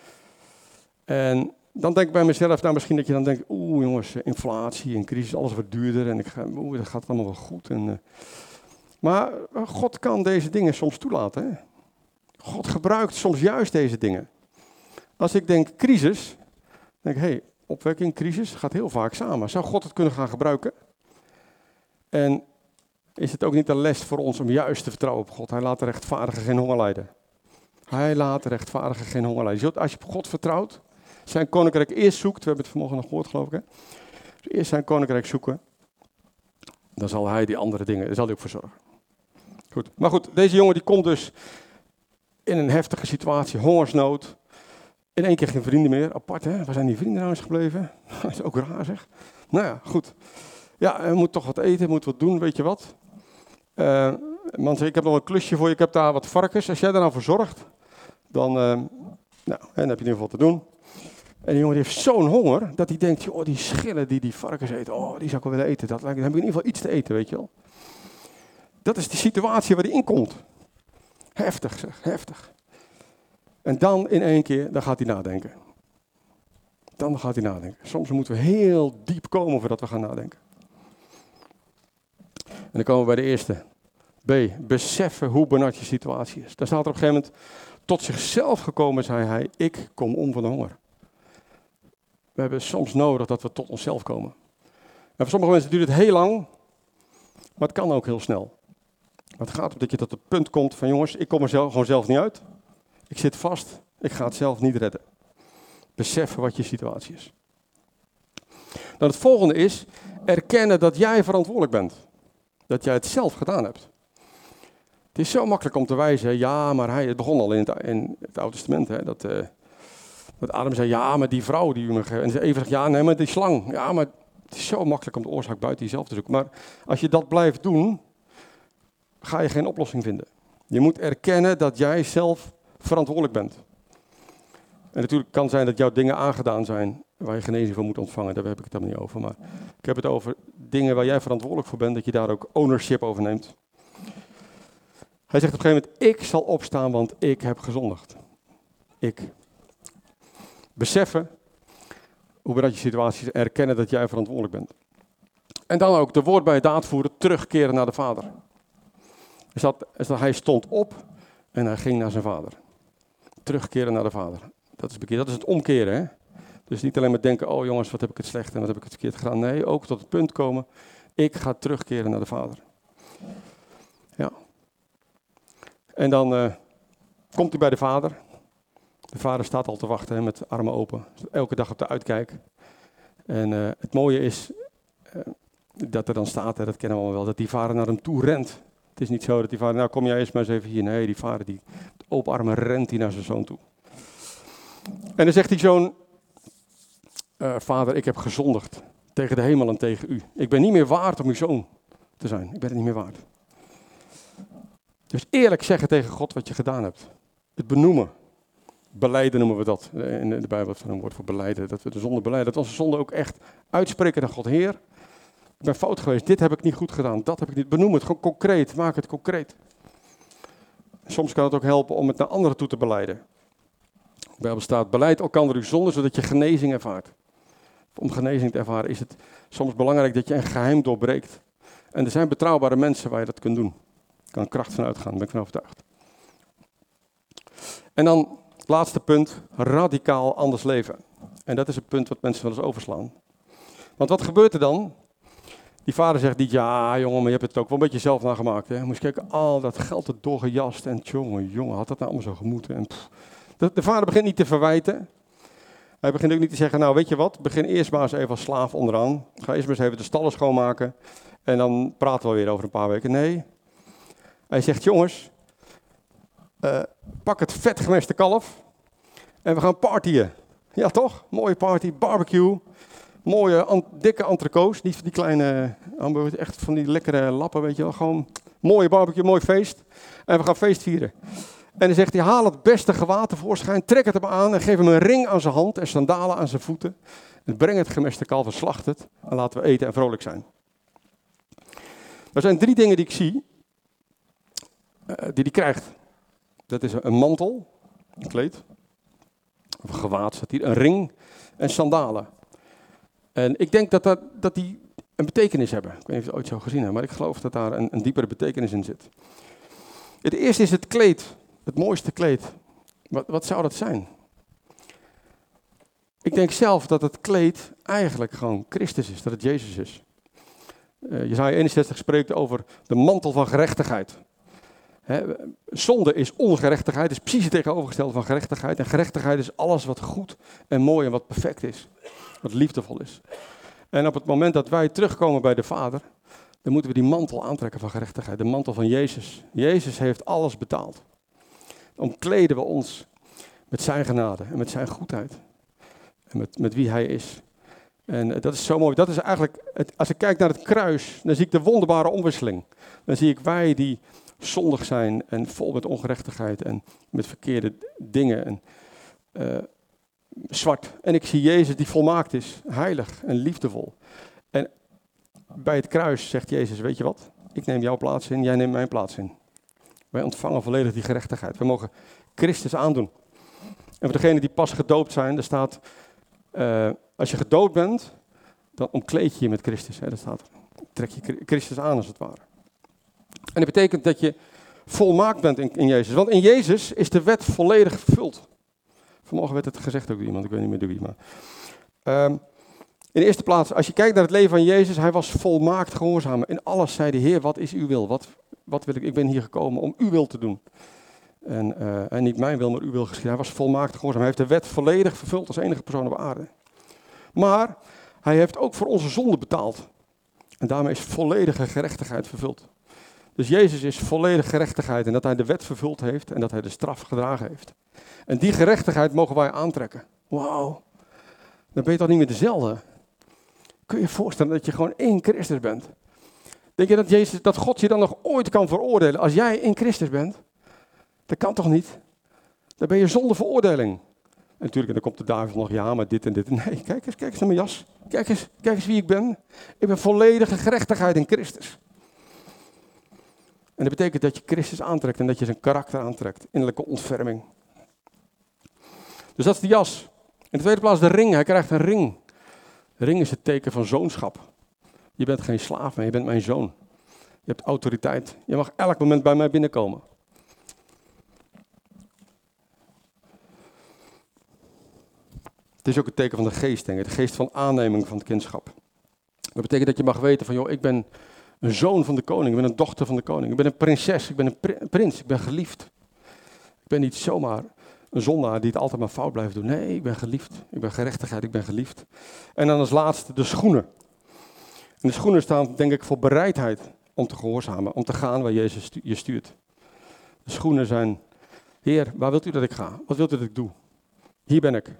En dan denk ik bij mezelf, nou misschien dat je dan denkt, oeh jongens, inflatie en crisis, alles wordt duurder en ik ga, oeh, dat gaat allemaal wel goed. En, uh, maar God kan deze dingen soms toelaten, hè? God gebruikt soms juist deze dingen. Als ik denk crisis, denk ik, hé, hey, opwekking, crisis, gaat heel vaak samen. Zou God het kunnen gaan gebruiken? En is het ook niet een les voor ons om juist te vertrouwen op God? Hij laat de rechtvaardige geen honger lijden. Hij laat de rechtvaardige geen honger lijden. Als je op God vertrouwt, zijn koninkrijk eerst zoekt, we hebben het vanmorgen nog gehoord geloof ik, hè? Dus eerst zijn koninkrijk zoeken, dan zal hij die andere dingen, daar zal hij ook voor zorgen. Goed. Maar goed, deze jongen die komt dus in een heftige situatie, hongersnood. In één keer geen vrienden meer. Apart, hè? Waar zijn die vrienden nou eens gebleven? Dat is ook raar, zeg. Nou ja, goed. Ja, hij moet toch wat eten, moet wat doen, weet je wat. Uh, man zegt, ik heb nog een klusje voor je, ik heb daar wat varkens. Als jij daar nou voor zorgt, dan, uh, nou, dan heb je in ieder geval te doen. En die jongen die heeft zo'n honger, dat hij denkt, joh, die schillen die die varkens eten, oh, die zou ik wel willen eten. Dat lijkt, dan heb ik in ieder geval iets te eten, weet je wel. Dat is de situatie waar hij in komt. Heftig zeg, heftig. En dan in één keer, dan gaat hij nadenken. Dan gaat hij nadenken. Soms moeten we heel diep komen voordat we gaan nadenken. En dan komen we bij de eerste. B, beseffen hoe benard je situatie is. Daar staat er op een gegeven moment, tot zichzelf gekomen zei hij, ik kom om van de honger. We hebben soms nodig dat we tot onszelf komen. En voor sommige mensen duurt het heel lang, maar het kan ook heel snel. Maar het gaat om dat je tot het punt komt van jongens, ik kom er zelf, gewoon zelf niet uit. Ik zit vast, ik ga het zelf niet redden. Beseffen wat je situatie is. Dan het volgende is, erkennen dat jij verantwoordelijk bent. Dat jij het zelf gedaan hebt. Het is zo makkelijk om te wijzen, ja, maar hij, het begon al in het, in het Oude Testament, hè, dat, uh, dat Adam zei, ja, maar die vrouw die u me geeft. En ze even zegt, ja, nee, maar die slang. Ja, maar het is zo makkelijk om de oorzaak buiten jezelf te zoeken. Maar als je dat blijft doen, ga je geen oplossing vinden. Je moet erkennen dat jij zelf verantwoordelijk bent. En natuurlijk kan het zijn dat jouw dingen aangedaan zijn waar je genezing voor moet ontvangen. Daar heb ik het helemaal niet over. Maar ik heb het over dingen waar jij verantwoordelijk voor bent, dat je daar ook ownership over neemt. Hij zegt op een gegeven moment, ik zal opstaan, want ik heb gezondigd. Ik. Beseffen hoe benard je situatie is, erkennen dat jij verantwoordelijk bent. En dan ook de woord bij daad voeren, terugkeren naar de Vader. Is dat, is dat hij stond op en hij ging naar zijn vader. Terugkeren naar de Vader. Dat is bekeerd. Dat is het omkeren. Hè? Dus niet alleen maar denken, oh jongens, wat heb ik het slecht en wat heb ik het verkeerd gedaan. Nee, ook tot het punt komen, ik ga terugkeren naar de Vader. Ja. En dan uh, komt hij bij de Vader. De Vader staat al te wachten hè, met armen open. Elke dag op de uitkijk. En uh, het mooie is uh, dat er dan staat, hè, dat kennen we allemaal wel, dat die Vader naar hem toe rent. Het is niet zo dat die vader, nou kom jij eens maar eens even hier. Nee, die vader, die met open armen rent hij naar zijn zoon toe. En dan zegt die zoon, uh, vader, ik heb gezondigd tegen de hemel en tegen u. Ik ben niet meer waard om uw zoon te zijn. Ik ben het niet meer waard. Dus eerlijk zeggen tegen God wat je gedaan hebt. Het benoemen. Belijden noemen we dat. In de Bijbel heeft er een woord voor belijden. Dat we de zonde belijden. Dat onze zonde ook echt uitspreken naar God. Heer, ik ben fout geweest. Dit heb ik niet goed gedaan. Dat heb ik niet. Benoem het gewoon concreet. Maak het concreet. Soms kan het ook helpen om het naar anderen toe te belijden. In de Bijbel staat, belijd elkander uw zonde, zodat je genezing ervaart. Om genezing te ervaren is het soms belangrijk dat je een geheim doorbreekt. En er zijn betrouwbare mensen waar je dat kunt doen. Er kan kracht van uitgaan, daar ben ik van overtuigd. En dan, het laatste punt, radicaal anders leven. En dat is een punt wat mensen wel eens overslaan. Want wat gebeurt er dan? Die vader zegt niet, ja jongen, maar je hebt het ook wel een beetje zelf nagemaakt. Hè? Moest je kijken, al dat geld er doorgejast. En jongen, jongen, had dat nou allemaal zo gemoeten. En de, de vader begint niet te verwijten. Hij begint ook niet te zeggen, nou weet je wat, begin eerst maar eens even als slaaf onderaan. Ga eerst maar eens even de stallen schoonmaken. En dan praten we weer over een paar weken. Nee, hij zegt, jongens, uh, pak het vetgemeste kalf en we gaan partyen. Ja toch? Mooie party, barbecue. Mooie, an- dikke entrecots, niet van die kleine hamburgers, echt van die lekkere lappen, weet je wel. Gewoon mooie barbecue, mooi feest. En we gaan feest vieren. En dan zegt hij, haal het beste gewaad tevoorschijn, trek het hem aan en geef hem een ring aan zijn hand en sandalen aan zijn voeten. En breng het gemeste kalf en slacht het en laten we eten en vrolijk zijn. Er zijn drie dingen die ik zie, uh, die hij krijgt. Dat is een mantel, een kleed, of een gewaad staat hier, een ring en sandalen. En ik denk dat, dat, dat die een betekenis hebben. Ik weet niet of je het ooit zo gezien hebt, maar ik geloof dat daar een, een diepere betekenis in zit. Het eerste is het kleed, het mooiste kleed. Wat, wat zou dat zijn? Ik denk zelf dat het kleed eigenlijk gewoon Christus is, dat het Jezus is. Uh, Jesaja eenenzestig spreekt over de mantel van gerechtigheid. He, zonde is ongerechtigheid, is precies het tegenovergestelde van gerechtigheid. En gerechtigheid is alles wat goed en mooi en wat perfect is. Wat liefdevol is. En op het moment dat wij terugkomen bij de Vader, dan moeten we die mantel aantrekken van gerechtigheid. De mantel van Jezus. Jezus heeft alles betaald. Dan kleden we ons met zijn genade en met zijn goedheid. En met, met wie hij is. En uh, dat is zo mooi. Dat is eigenlijk, het, als ik kijk naar het kruis, dan zie ik de wonderbare omwisseling. Dan zie ik wij die zondig zijn en vol met ongerechtigheid en met verkeerde dingen en uh, zwart. En ik zie Jezus die volmaakt is, heilig en liefdevol. En bij het kruis zegt Jezus, weet je wat? Ik neem jouw plaats in, jij neemt mijn plaats in. Wij ontvangen volledig die gerechtigheid. We mogen Christus aandoen. En voor degenen die pas gedoopt zijn, er staat, uh, als je gedoopt bent, dan omkleed je je met Christus. Hè, dat staat, trek je Christus aan als het ware. En dat betekent dat je volmaakt bent in, in Jezus. Want in Jezus is de wet volledig vervuld. Vanmorgen werd het gezegd ook door iemand, ik weet niet meer door wie. Maar. Um, in de eerste plaats, als je kijkt naar het leven van Jezus, hij was volmaakt gehoorzaam. In alles zei de Heer, wat is uw wil? Wat, wat wil ik? Ik ben hier gekomen om uw wil te doen. En, uh, en niet mijn wil, maar uw wil geschieden. Hij was volmaakt gehoorzaam. Hij heeft de wet volledig vervuld als enige persoon op aarde. Maar hij heeft ook voor onze zonde betaald. En daarmee is volledige gerechtigheid vervuld. Dus Jezus is volledig gerechtigheid en dat hij de wet vervuld heeft en dat hij de straf gedragen heeft. En die gerechtigheid mogen wij aantrekken. Wauw, dan ben je toch niet meer dezelfde. Kun je je voorstellen dat je gewoon één Christus bent? Denk je dat, Jezus, dat God je dan nog ooit kan veroordelen als jij in Christus bent? Dat kan toch niet? Dan ben je zonder veroordeling. En natuurlijk, en dan komt de duivel nog, ja, maar dit en dit. Nee, kijk eens, kijk eens naar mijn jas. Kijk eens, kijk eens wie ik ben. Ik ben volledige gerechtigheid in Christus. En dat betekent dat je Christus aantrekt en dat je zijn karakter aantrekt. Innerlijke ontferming. Dus dat is de jas. In de tweede plaats de ring. Hij krijgt een ring. De ring is het teken van zoonschap. Je bent geen slaaf meer, je bent mijn zoon. Je hebt autoriteit. Je mag elk moment bij mij binnenkomen. Het is ook het teken van de geest, denk ik. De geest van aanneming van het kindschap. Dat betekent dat je mag weten van, joh, ik ben een zoon van de koning. Ik ben een dochter van de koning. Ik ben een prinses. Ik ben een pri- prins. Ik ben geliefd. Ik ben niet zomaar een zondaar die het altijd maar fout blijft doen. Nee, ik ben geliefd. Ik ben gerechtigheid. Ik ben geliefd. En dan als laatste de schoenen. En de schoenen staan, denk ik, voor bereidheid om te gehoorzamen. Om te gaan waar Jezus stu- je stuurt. De schoenen zijn, Heer, waar wilt u dat ik ga? Wat wilt u dat ik doe? Hier ben ik.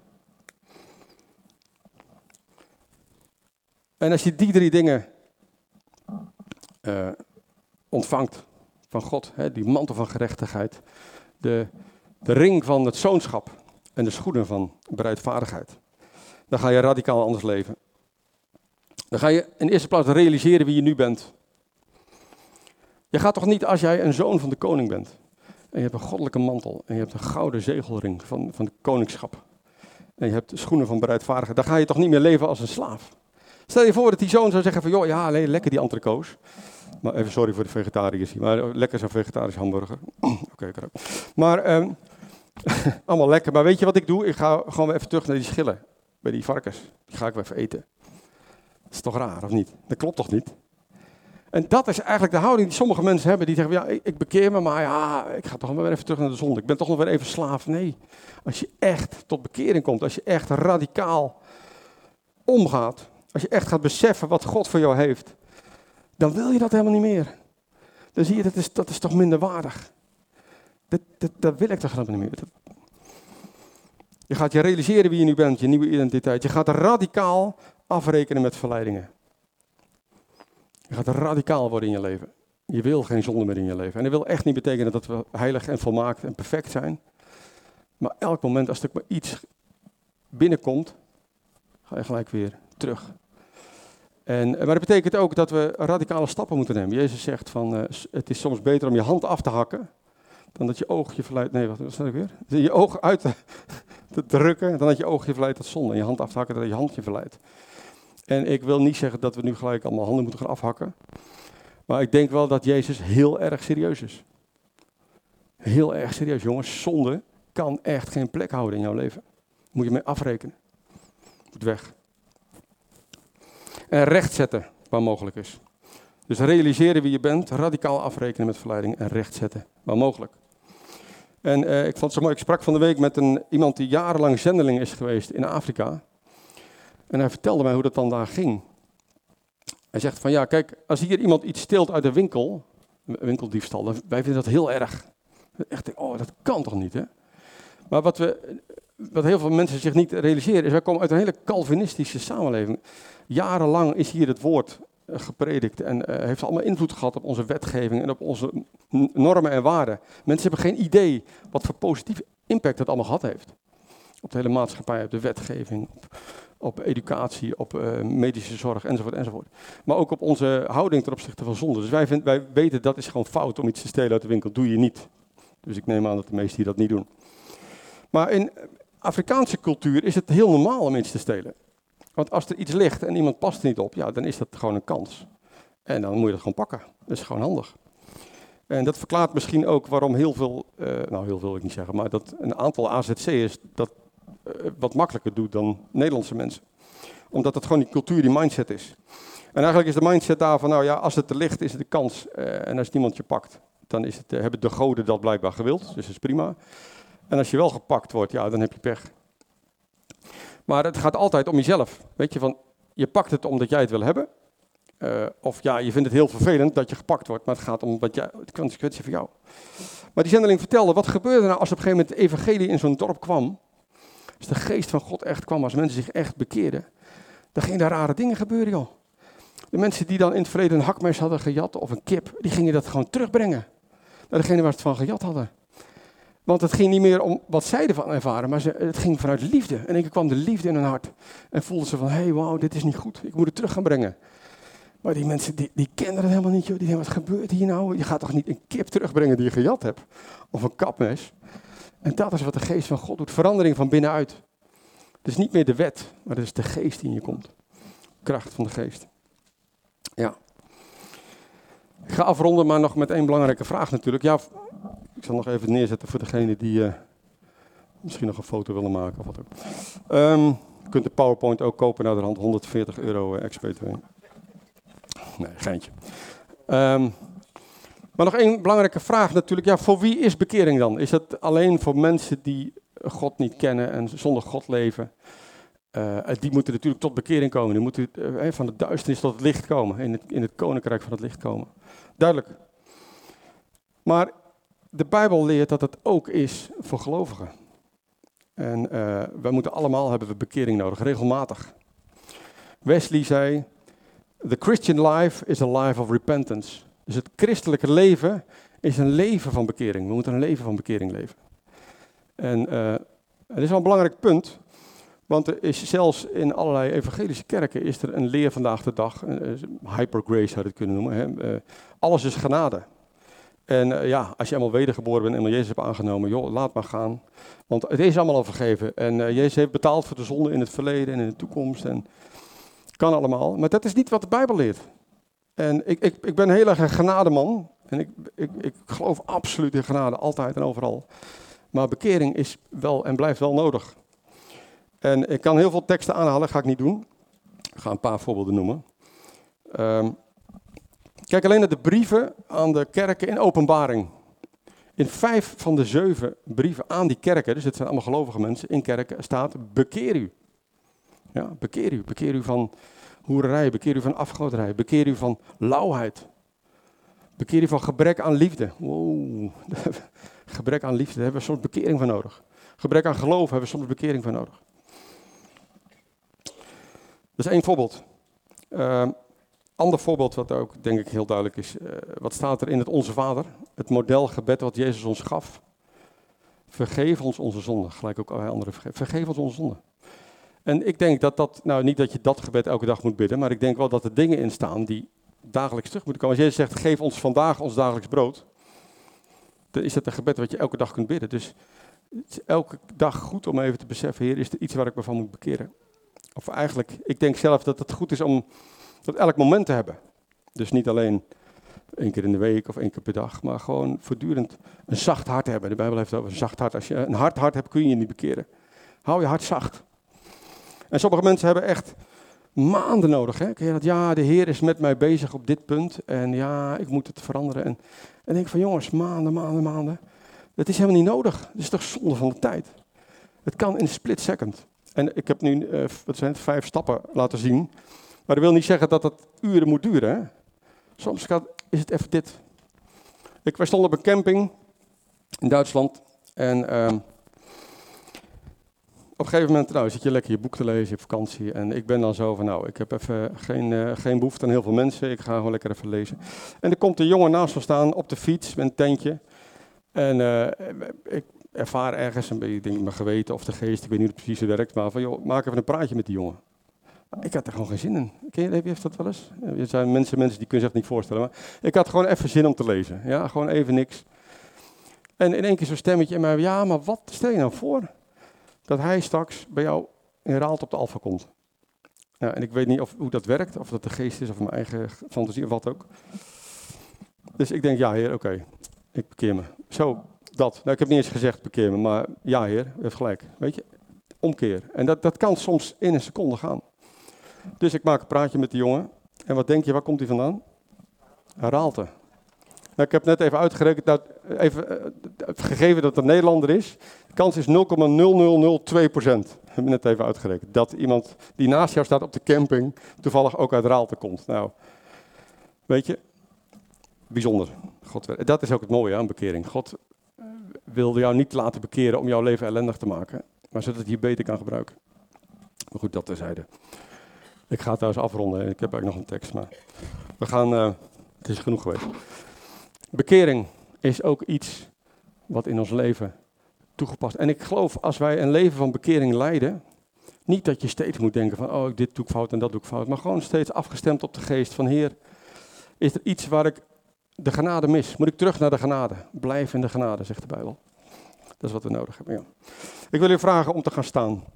En als je die drie dingen uh, ontvangt, van God, hè, die mantel van gerechtigheid, de, de ring van het zoonschap en de schoenen van bereidvaardigheid. Dan ga je radicaal anders leven. Dan ga je in de eerste plaats realiseren wie je nu bent. Je gaat toch niet als jij een zoon van de koning bent. En je hebt een goddelijke mantel. En je hebt een gouden zegelring van, van het koningschap. En je hebt schoenen van bereidvaardigheid. Dan ga je toch niet meer leven als een slaaf. Stel je voor dat die zoon zou zeggen van, joh, ja, nee, lekker die entrecots. Maar even sorry voor de vegetariërs hier. Maar lekker zo'n vegetarisch hamburger. Oké, okay, kan ook. Maar, um, allemaal lekker. Maar weet je wat ik doe? Ik ga gewoon weer even terug naar die schillen. Bij die varkens. Die ga ik weer even eten. Dat is toch raar, of niet? Dat klopt toch niet? En dat is eigenlijk de houding die sommige mensen hebben. Die zeggen, ja, ik, ik bekeer me, maar ja, ik ga toch nog weer even terug naar de zonde. Ik ben toch nog weer even slaaf. Nee, als je echt tot bekering komt, als je echt radicaal omgaat, als je echt gaat beseffen wat God voor jou heeft, dan wil je dat helemaal niet meer. Dan zie je, dat is, dat is toch minder waardig. Dat, dat, dat wil ik toch helemaal niet meer. Dat, je gaat je realiseren wie je nu bent, je nieuwe identiteit. Je gaat radicaal afrekenen met verleidingen. Je gaat radicaal worden in je leven. Je wil geen zonde meer in je leven. En dat wil echt niet betekenen dat we heilig en volmaakt en perfect zijn. Maar elk moment als er maar iets binnenkomt, ga je gelijk weer terug. En, maar dat betekent ook dat we radicale stappen moeten nemen. Jezus zegt van, uh, het is soms beter om je hand af te hakken, dan dat je oog je verleidt. Nee, wat staat er weer? Je oog uit te, te drukken, dan dat je oog je verleidt tot zonde. En je hand af te hakken, dan dat je hand je verleidt. En ik wil niet zeggen dat we nu gelijk allemaal handen moeten gaan afhakken. Maar ik denk wel dat Jezus heel erg serieus is. Heel erg serieus, jongens. Zonde kan echt geen plek houden in jouw leven. Moet je mee afrekenen. Moet weg. En rechtzetten waar mogelijk is. Dus realiseren wie je bent, radicaal afrekenen met verleiding en rechtzetten waar mogelijk. En uh, ik vond het zo mooi, ik sprak van de week met een, iemand die jarenlang zendeling is geweest in Afrika. En hij vertelde mij hoe dat dan daar ging. Hij zegt van ja, kijk, als hier iemand iets steelt uit de winkel, winkeldiefstal, dan, wij vinden dat heel erg. Echt, oh, dat kan toch niet, hè? Maar wat, we, wat heel veel mensen zich niet realiseren, is wij komen uit een hele Calvinistische samenleving. Jarenlang is hier het woord uh, gepredikt en uh, heeft allemaal invloed gehad op onze wetgeving en op onze normen en waarden. Mensen hebben geen idee wat voor positieve impact dat allemaal gehad heeft. Op de hele maatschappij, op de wetgeving, op, op educatie, op uh, medische zorg enzovoort enzovoort. Maar ook op onze houding ten opzichte van zonde. Dus wij, vind, wij weten dat is gewoon fout om iets te stelen uit de winkel. Doe je niet. Dus ik neem aan dat de meesten hier dat niet doen. Maar in Afrikaanse cultuur is het heel normaal om iets te stelen. Want als er iets ligt en iemand past er niet op, ja, dan is dat gewoon een kans. En dan moet je dat gewoon pakken. Dat is gewoon handig. En dat verklaart misschien ook waarom heel veel, uh, nou heel veel wil ik niet zeggen, maar dat een aantal A Z C'ers dat uh, wat makkelijker doet dan Nederlandse mensen. Omdat het gewoon die cultuur, die mindset is. En eigenlijk is de mindset daar van, nou ja, als het er ligt is het de kans. Uh, en als niemand je pakt, dan is het, uh, hebben de goden dat blijkbaar gewild, dus dat is prima. En als je wel gepakt wordt, ja, dan heb je pech. Maar het gaat altijd om jezelf. Weet je, van, je pakt het omdat jij het wil hebben. Uh, of ja, je vindt het heel vervelend dat je gepakt wordt, maar het gaat om wat jij, de consequentie voor jou. Maar die zendeling vertelde, wat gebeurde nou als op een gegeven moment het evangelie in zo'n dorp kwam? Als de geest van God echt kwam, als mensen zich echt bekeerden, dan gingen daar rare dingen gebeuren, joh. De mensen die dan in het verleden een hakmes hadden gejat of een kip, die gingen dat gewoon terugbrengen naar degene waar ze het van gejat hadden. Want het ging niet meer om wat zij ervan ervaren, maar ze, het ging vanuit liefde. En ik kwam de liefde in hun hart. En voelden ze van, hé, hey, wauw, dit is niet goed. Ik moet het terug gaan brengen. Maar die mensen, die, die kennen het helemaal niet, joh. Die denken, wat gebeurt hier nou? Je gaat toch niet een kip terugbrengen die je gejat hebt? Of een kapmes? En dat is wat de geest van God doet. Verandering van binnenuit. Het is niet meer de wet, maar het is de geest die in je komt. Kracht van de geest. Ja. Ik ga afronden, maar nog met één belangrijke vraag natuurlijk. Ja, ik zal nog even neerzetten voor degene die uh, misschien nog een foto willen maken of wat ook. Um, je kunt de PowerPoint ook kopen naar de hand, honderdveertig euro uh, ex B T W. Nee, geintje. Um, maar nog één belangrijke vraag natuurlijk. Ja, voor wie is bekering dan? Is dat alleen voor mensen die God niet kennen en zonder God leven? Uh, die moeten natuurlijk tot bekering komen. Die moeten uh, van de duisternis tot het licht komen. In het, in het koninkrijk van het licht komen. Duidelijk. Maar de Bijbel leert dat het ook is voor gelovigen. En uh, wij moeten allemaal hebben we bekering nodig, regelmatig. Wesley zei, the Christian life is a life of repentance. Dus het christelijke leven is een leven van bekering. We moeten een leven van bekering leven. En uh, het is wel een belangrijk punt, want er is zelfs in allerlei evangelische kerken is er een leer vandaag de dag, uh, hypergrace zou je het kunnen noemen. Hè? Uh, alles is genade. En uh, ja, als je eenmaal wedergeboren bent en eenmaal Jezus hebt aangenomen, joh, laat maar gaan. Want het is allemaal al vergeven. En uh, Jezus heeft betaald voor de zonde in het verleden en in de toekomst. En kan allemaal. Maar dat is niet wat de Bijbel leert. En ik, ik, ik ben heel erg een genademan. En ik, ik, ik geloof absoluut in genade, altijd en overal. Maar bekering is wel en blijft wel nodig. En ik kan heel veel teksten aanhalen, dat ga ik niet doen. Ik ga een paar voorbeelden noemen. Um, kijk alleen naar de brieven aan de kerken in Openbaring. In vijf van de zeven brieven aan die kerken, dus het zijn allemaal gelovige mensen in kerken, staat bekeer u. Ja, bekeer u. Bekeer u van hoererij, bekeer u van afgoderij, bekeer u van lauwheid. Bekeer u van gebrek aan liefde. Wow, gebrek aan liefde, daar hebben we soms bekering van nodig. Gebrek aan geloof hebben we soms bekering van nodig. Dat is één voorbeeld. Uh, ander voorbeeld wat ook denk ik heel duidelijk is. Uh, wat staat er in het Onze Vader? Het modelgebed wat Jezus ons gaf. Vergeef ons onze zonden. Gelijk ook allerlei anderen vergeven. Vergeef ons onze zonden. En ik denk dat dat, nou niet dat je dat gebed elke dag moet bidden, maar ik denk wel dat er dingen in staan die dagelijks terug moeten komen. Als Jezus zegt, geef ons vandaag ons dagelijks brood, dan is dat een gebed wat je elke dag kunt bidden. Dus het is elke dag goed om even te beseffen, Heer, is er iets waar ik me van moet bekeren? Of eigenlijk, ik denk zelf dat het goed is om dat elk moment te hebben. Dus niet alleen één keer in de week of één keer per dag, maar gewoon voortdurend een zacht hart hebben. De Bijbel heeft het over een zacht hart. Als je een hard hart hebt, kun je je niet bekeren. Hou je hart zacht. En sommige mensen hebben echt maanden nodig. Hè? Ken je dat? Ja, de Heer is met mij bezig op dit punt. En ja, ik moet het veranderen. En, en denk van jongens, maanden, maanden, maanden. Dat is helemaal niet nodig. Dat is toch zonde van de tijd. Het kan in een split second. En ik heb nu, uh, wat zijn het, vijf stappen laten zien. Maar dat wil niet zeggen dat het uren moet duren. Hè? Soms gaat, is het even dit. Ik, wij stonden op een camping in Duitsland. En Uh, Op een gegeven moment nou, zit je lekker je boek te lezen, je hebt vakantie. En ik ben dan zo van, nou, ik heb even geen, uh, geen behoefte aan heel veel mensen. Ik ga gewoon lekker even lezen. En er komt een jongen naast me staan op de fiets met een tentje. En uh, ik ervaar ergens, een beetje, ik denk mijn geweten of de geest, ik weet niet hoe het precies werkt. Maar van, joh, maak even een praatje met die jongen. Ik had er gewoon geen zin in. Ken je, heeft dat wel eens? Er zijn mensen, mensen die kunnen zich niet voorstellen. Maar ik had gewoon even zin om te lezen. Ja, gewoon even niks. En in één keer zo'n stemmetje in mij, ja, maar wat stel je nou voor? Dat hij straks bij jou in Raalte op de Alfa komt. Ja, en ik weet niet of, hoe dat werkt, of dat de geest is, of mijn eigen fantasie, of wat ook. Dus ik denk, ja Heer, oké, okay, ik bekeer me. Zo, dat. Nou, ik heb niet eens gezegd bekeer me, maar ja Heer, u heeft gelijk. Weet je, omkeer. En dat, dat kan soms in een seconde gaan. Dus ik maak een praatje met die jongen. En wat denk je, waar komt hij vandaan? Raalte. Nou, ik heb net even uitgerekend, dat, even uh, gegeven dat het een Nederlander is. De kans is nul komma nul nul nul twee procent. Ik heb net even uitgerekend. Dat iemand die naast jou staat op de camping toevallig ook uit Raalte komt. Nou, weet je, bijzonder. God, dat is ook het mooie aan bekering. God wilde jou niet laten bekeren om jouw leven ellendig te maken, maar zodat hij je beter kan gebruiken. Maar goed, dat terzijde. Ik ga het trouwens afronden. Ik heb eigenlijk nog een tekst, maar we gaan, uh, het is genoeg geweest. Bekering is ook iets wat in ons leven toegepast. En ik geloof, als wij een leven van bekering leiden, niet dat je steeds moet denken van, oh, dit doe ik fout en dat doe ik fout, maar gewoon steeds afgestemd op de geest van, Heer, is er iets waar ik de genade mis? Moet ik terug naar de genade? Blijf in de genade, zegt de Bijbel. Dat is wat we nodig hebben, ja. Ik wil u vragen om te gaan staan.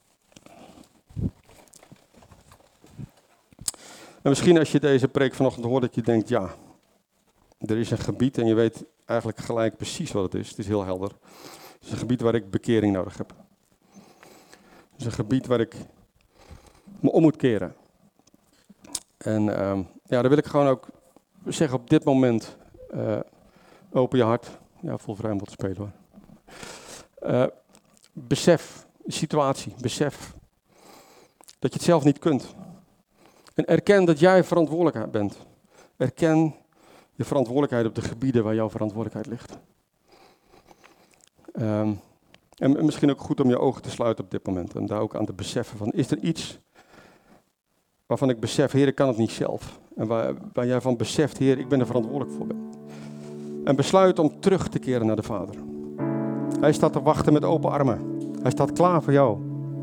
En misschien als je deze preek vanochtend hoort, dat je denkt, ja, er is een gebied en je weet eigenlijk gelijk precies wat het is. Het is heel helder. Het is een gebied waar ik bekering nodig heb. Het is een gebied waar ik me om moet keren. En uh, ja, dan wil ik gewoon ook zeggen op dit moment, uh, open je hart. Ja, voel vrij om wat te spelen hoor. Uh, besef de situatie, besef dat je het zelf niet kunt. En erken dat jij verantwoordelijk bent. Erken je verantwoordelijkheid op de gebieden waar jouw verantwoordelijkheid ligt. Um, en misschien ook goed om je ogen te sluiten op dit moment. En daar ook aan te beseffen van, is er iets waarvan ik besef, Heer, ik kan het niet zelf. En waar, waar jij van beseft, Heer, ik ben er verantwoordelijk voor. En besluit om terug te keren naar de Vader. Hij staat te wachten met open armen. Hij staat klaar voor jou.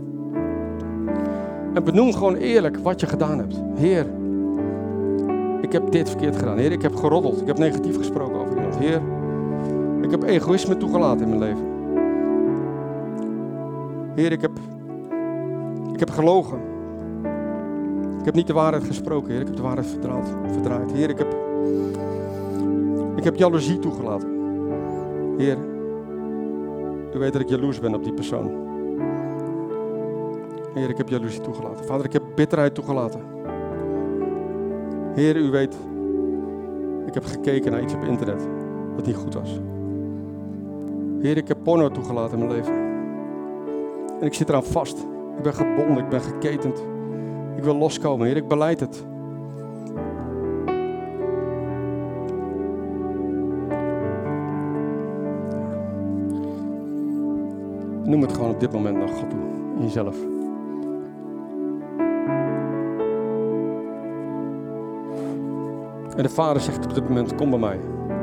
En benoem gewoon eerlijk wat je gedaan hebt. Heer, ik heb dit verkeerd gedaan. Heer, ik heb geroddeld. Ik heb negatief gesproken over iemand. Heer, ik heb egoïsme toegelaten in mijn leven. Heer, ik heb, ik heb gelogen. Ik heb niet de waarheid gesproken, Heer. Ik heb de waarheid verdraaid. verdraaid. Heer, ik heb, ik heb jaloezie toegelaten. Heer, u weet dat ik jaloers ben op die persoon. Heer, ik heb jaloezie toegelaten. Vader, ik heb bitterheid toegelaten. Heer, u weet, ik heb gekeken naar iets op internet wat niet goed was. Heer, ik heb porno toegelaten in mijn leven. En ik zit eraan vast. Ik ben gebonden, ik ben geketend. Ik wil loskomen, Heer, ik belijd het. Noem het gewoon op dit moment naar God toe, in jezelf. En de Vader zegt op dit moment, kom bij mij.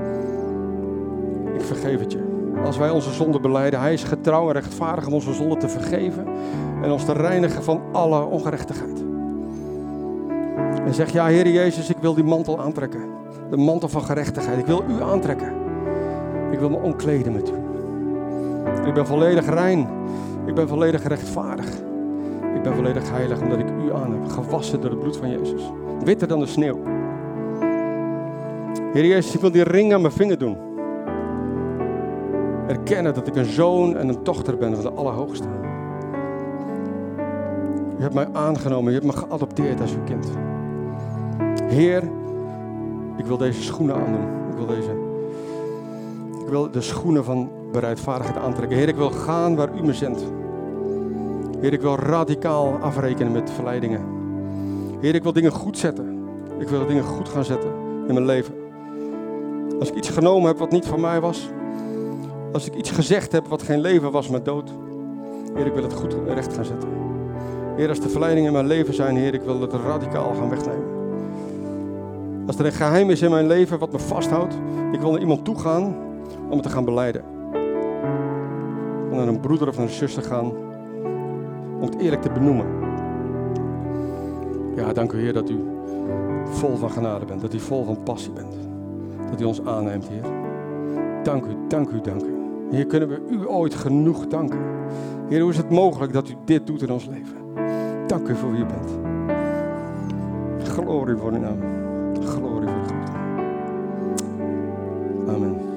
Ik vergeef het je. Als wij onze zonde belijden, hij is getrouw en rechtvaardig om onze zonde te vergeven en ons te reinigen van alle ongerechtigheid. En zeg, ja, Heer Jezus, ik wil die mantel aantrekken. De mantel van gerechtigheid. Ik wil u aantrekken. Ik wil me omkleden met u. Ik ben volledig rein. Ik ben volledig rechtvaardig. Ik ben volledig heilig omdat ik u aan heb. Gewassen door het bloed van Jezus. Witter dan de sneeuw. Heer Jezus, ik wil die ring aan mijn vinger doen. Erkennen dat ik een zoon en een dochter ben van de Allerhoogste. U hebt mij aangenomen. U hebt me geadopteerd als uw kind. Heer, ik wil deze schoenen aandoen. Ik wil deze... Ik wil de schoenen van bereidvaardigheid aantrekken. Heer, ik wil gaan waar u me zendt. Heer, ik wil radicaal afrekenen met verleidingen. Heer, ik wil dingen goed zetten. Ik wil dingen goed gaan zetten in mijn leven. Als ik iets genomen heb wat niet van mij was. Als ik iets gezegd heb wat geen leven was, maar dood. Heer, ik wil het goed recht gaan zetten. Heer, als de verleidingen in mijn leven zijn, Heer, ik wil het radicaal gaan wegnemen. Als er een geheim is in mijn leven wat me vasthoudt, ik wil naar iemand toe gaan om het te gaan belijden. Om naar een broeder of een zus te gaan, om het eerlijk te benoemen. Ja, dank u Heer dat u vol van genade bent, dat u vol van passie bent. Dat u ons aanneemt, Heer. Dank u, dank u, dank u. Heer, kunnen we u ooit genoeg danken. Heer, hoe is het mogelijk dat u dit doet in ons leven? Dank u voor wie u bent. Glorie voor uw naam. Glorie voor de God. Amen.